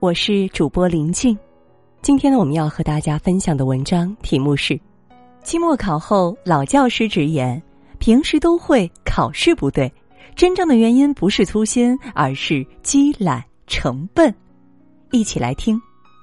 我是主播林静。今天呢，我们要和大家分享的文章题目是期末考后，老教师直言平时都会，考试不对，真正的原因不是粗心，而是积懒成笨。一起来听。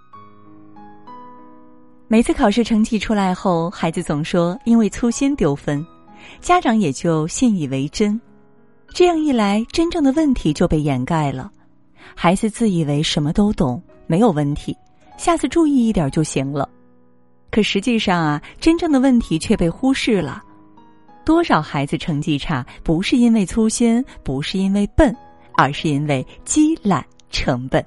每次考试成绩出来后，孩子总说因为粗心丢分，家长也就信以为真。这样一来，真正的问题就被掩盖了。孩子自以为什么都懂，没有问题，下次注意一点就行了。可实际上真正的问题却被忽视了。多少孩子成绩差，不是因为粗心，不是因为笨，而是因为积懒成笨。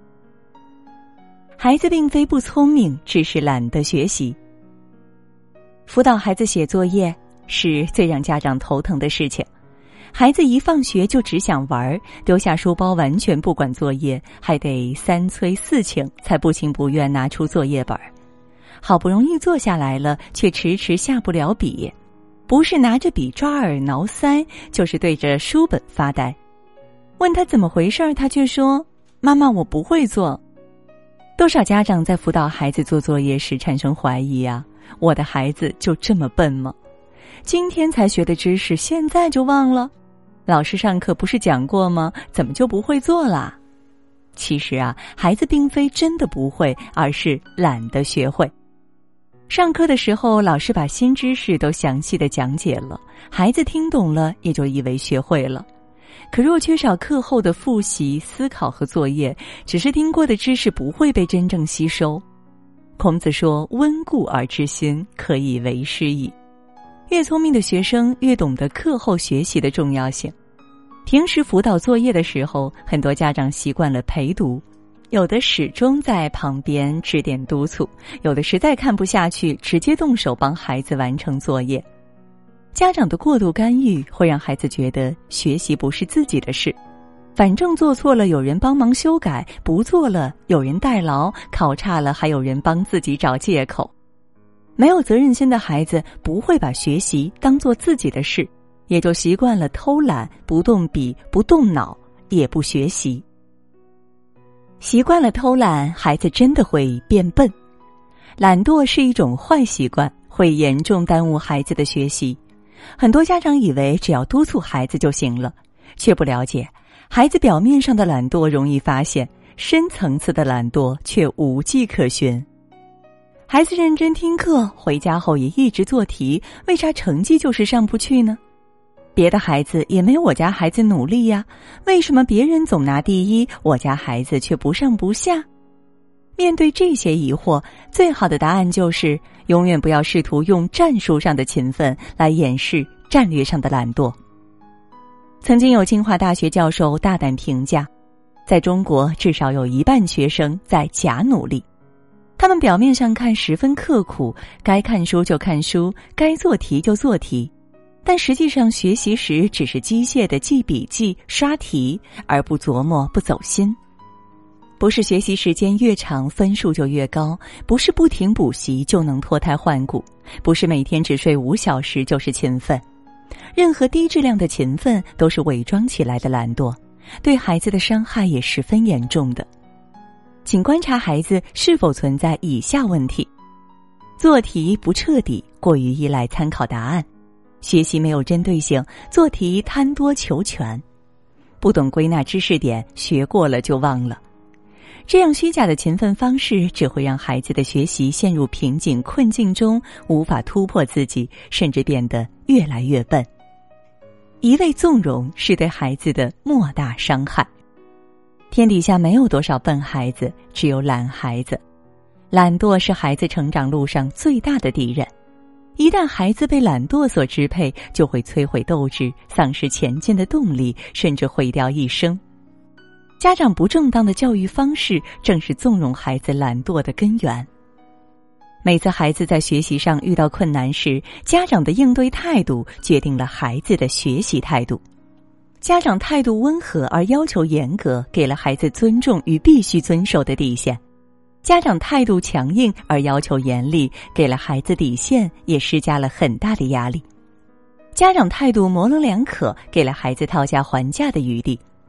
孩子并非不聪明，只是懒得学习。辅导孩子写作业是最让家长头疼的事情。孩子一放学就只想玩，丢下书包完全不管作业，还得3催4请才不情不愿拿出作业本。好不容易坐下来了，却迟迟下不了笔，不是拿着笔抓耳挠腮，就是对着书本发呆。问他怎么回事，他却说：妈妈，我不会做。多少家长在辅导孩子做作业时产生怀疑我的孩子就这么笨吗？今天才学的知识现在就忘了？老师上课不是讲过吗？怎么就不会做啦？其实孩子并非真的不会，而是懒得学会。上课的时候，老师把新知识都详细的讲解了，孩子听懂了也就以为学会了。可若缺少课后的复习、思考和作业，只是听过的知识不会被真正吸收。孔子说：温故而知新，可以为师矣。越聪明的学生越懂得课后学习的重要性。平时辅导作业的时候，很多家长习惯了陪读，有的始终在旁边指点督促，有的实在看不下去，直接动手帮孩子完成作业。家长的过度干预会让孩子觉得学习不是自己的事，反正做错了有人帮忙修改，不做了有人代劳，考差了还有人帮自己找借口。没有责任心的孩子不会把学习当作自己的事，也就习惯了偷懒，不动笔，不动脑，也不学习。习惯了偷懒，孩子真的会变笨。懒惰是一种坏习惯，会严重耽误孩子的学习。很多家长以为只要督促孩子就行了，却不了解孩子表面上的懒惰容易发现，深层次的懒惰却无迹可寻。孩子认真听课，回家后也一直做题，为啥成绩就是上不去呢？别的孩子也没我家孩子努力为什么别人总拿第一，我家孩子却不上不下？面对这些疑惑，最好的答案就是永远不要试图用战术上的勤奋来掩饰战略上的懒惰。曾经有清华大学教授大胆评价，在中国至少有1半学生在假努力。他们表面上看十分刻苦，该看书就看书，该做题就做题，但实际上学习时只是机械的记笔记、刷题，而不琢磨，不走心。不是学习时间越长分数就越高，不是不停补习就能脱胎换骨，不是每天只睡5小时就是勤奋。任何低质量的勤奋都是伪装起来的懒惰，对孩子的伤害也十分严重的。请观察孩子是否存在以下问题：做题不彻底，过于依赖参考答案；学习没有针对性，做题贪多求全；不懂归纳知识点，学过了就忘了。这样虚假的勤奋方式只会让孩子的学习陷入瓶颈困境中，无法突破自己，甚至变得越来越笨。一味纵容是对孩子的莫大伤害。天底下没有多少笨孩子，只有懒孩子。懒惰是孩子成长路上最大的敌人。一旦孩子被懒惰所支配，就会摧毁斗志，丧失前进的动力，甚至毁掉一生。家长不正当的教育方式正是纵容孩子懒惰的根源。每次孩子在学习上遇到困难时，家长的应对态度决定了孩子的学习态度。家长态度温和而要求严格，给了孩子尊重与必须遵守的底线；家长态度强硬而要求严厉，给了孩子底线，也施加了很大的压力；家长态度模棱两可，给了孩子讨价还价的余地。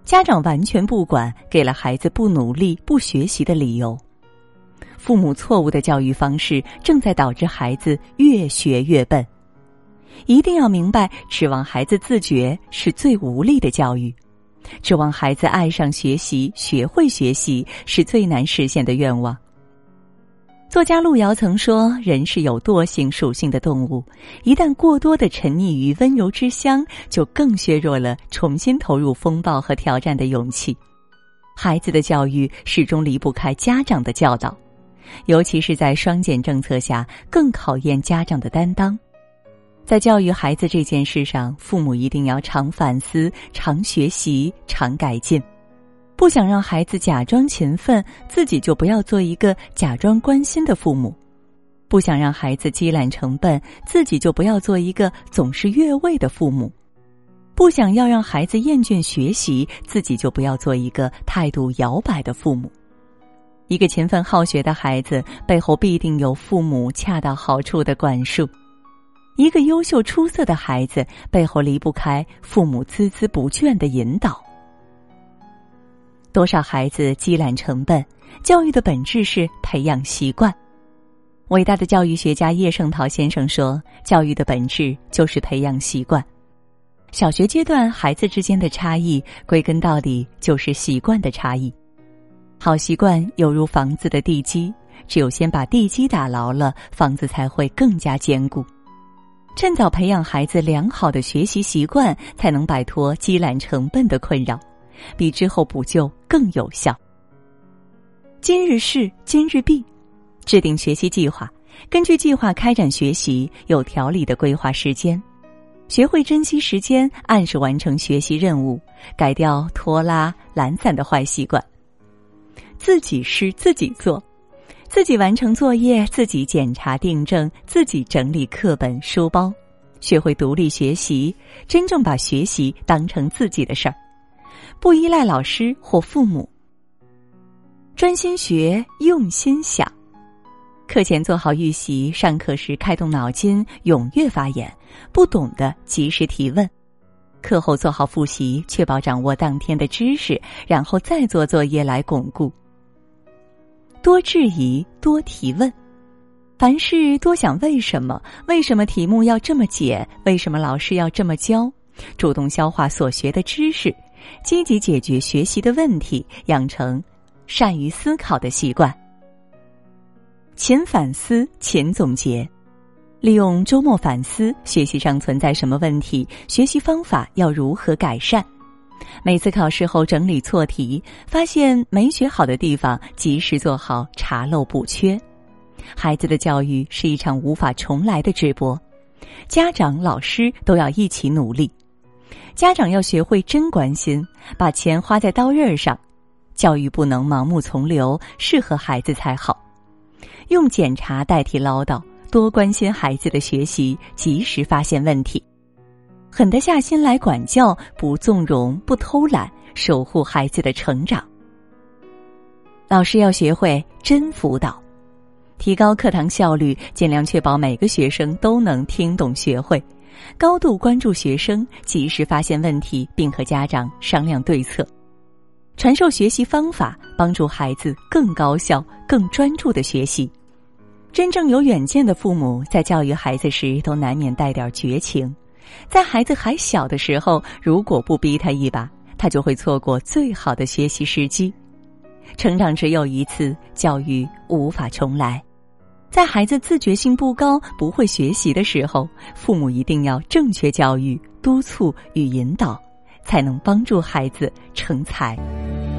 家长完全不管，给了孩子不努力、不学习的理由。父母错误的教育方式正在导致孩子越学越笨。一定要明白，指望孩子自觉是最无力的教育，指望孩子爱上学习、学会学习是最难实现的愿望。作家路遥曾说，人是有惰性属性的动物，一旦过多的沉溺于温柔之乡，就更削弱了重新投入风暴和挑战的勇气。孩子的教育始终离不开家长的教导，尤其是在双减政策下，更考验家长的担当。在教育孩子这件事上，父母一定要常反思、常学习、常改进。不想让孩子假装勤奋，自己就不要做一个假装关心的父母；不想让孩子积懒成笨，自己就不要做一个总是越位的父母；不想要让孩子厌倦学习，自己就不要做一个态度摇摆的父母。一个勤奋好学的孩子，背后必定有父母恰到好处的管束；一个优秀出色的孩子，背后离不开父母孜孜不倦的引导。多少孩子积懒成笨，教育的本质是培养习惯。伟大的教育学家叶圣陶先生说，教育的本质就是培养习惯。小学阶段孩子之间的差异，归根到底就是习惯的差异。好习惯犹如房子的地基，只有先把地基打牢了，房子才会更加坚固。趁早培养孩子良好的学习习惯，才能摆脱积懒成笨的困扰，比之后补救更有效。今日事今日毕，制定学习计划，根据计划开展学习，有条理地规划时间，学会珍惜时间，按时完成学习任务，改掉拖拉懒散的坏习惯。自己事自己做，自己完成作业，自己检查订正，自己整理课本书包，学会独立学习，真正把学习当成自己的事儿，不依赖老师或父母。专心学，用心想。课前做好预习，上课时开动脑筋，踊跃发言，不懂的及时提问。课后做好复习，确保掌握当天的知识，然后再做作业来巩固。多质疑，多提问，凡事多想为什么，为什么题目要这么解，为什么老师要这么教，主动消化所学的知识，积极解决学习的问题，养成善于思考的习惯。勤反思，勤总结，利用周末反思学习上存在什么问题，学习方法要如何改善。每次考试后整理错题，发现没学好的地方，及时做好查漏补缺。孩子的教育是一场无法重来的直播，家长老师都要一起努力。家长要学会真关心，把钱花在刀刃上，教育不能盲目从流，适合孩子才好。用检查代替唠叨，多关心孩子的学习，及时发现问题，狠得下心来管教，不纵容，不偷懒，守护孩子的成长。老师要学会真辅导，提高课堂效率，尽量确保每个学生都能听懂学会，高度关注学生，及时发现问题，并和家长商量对策。传授学习方法，帮助孩子更高效、更专注的学习。真正有远见的父母，在教育孩子时都难免带点绝情。在孩子还小的时候，如果不逼他一把，他就会错过最好的学习时机。成长只有一次，教育无法重来。在孩子自觉性不高、不会学习的时候，父母一定要正确教育、督促与引导，才能帮助孩子成才。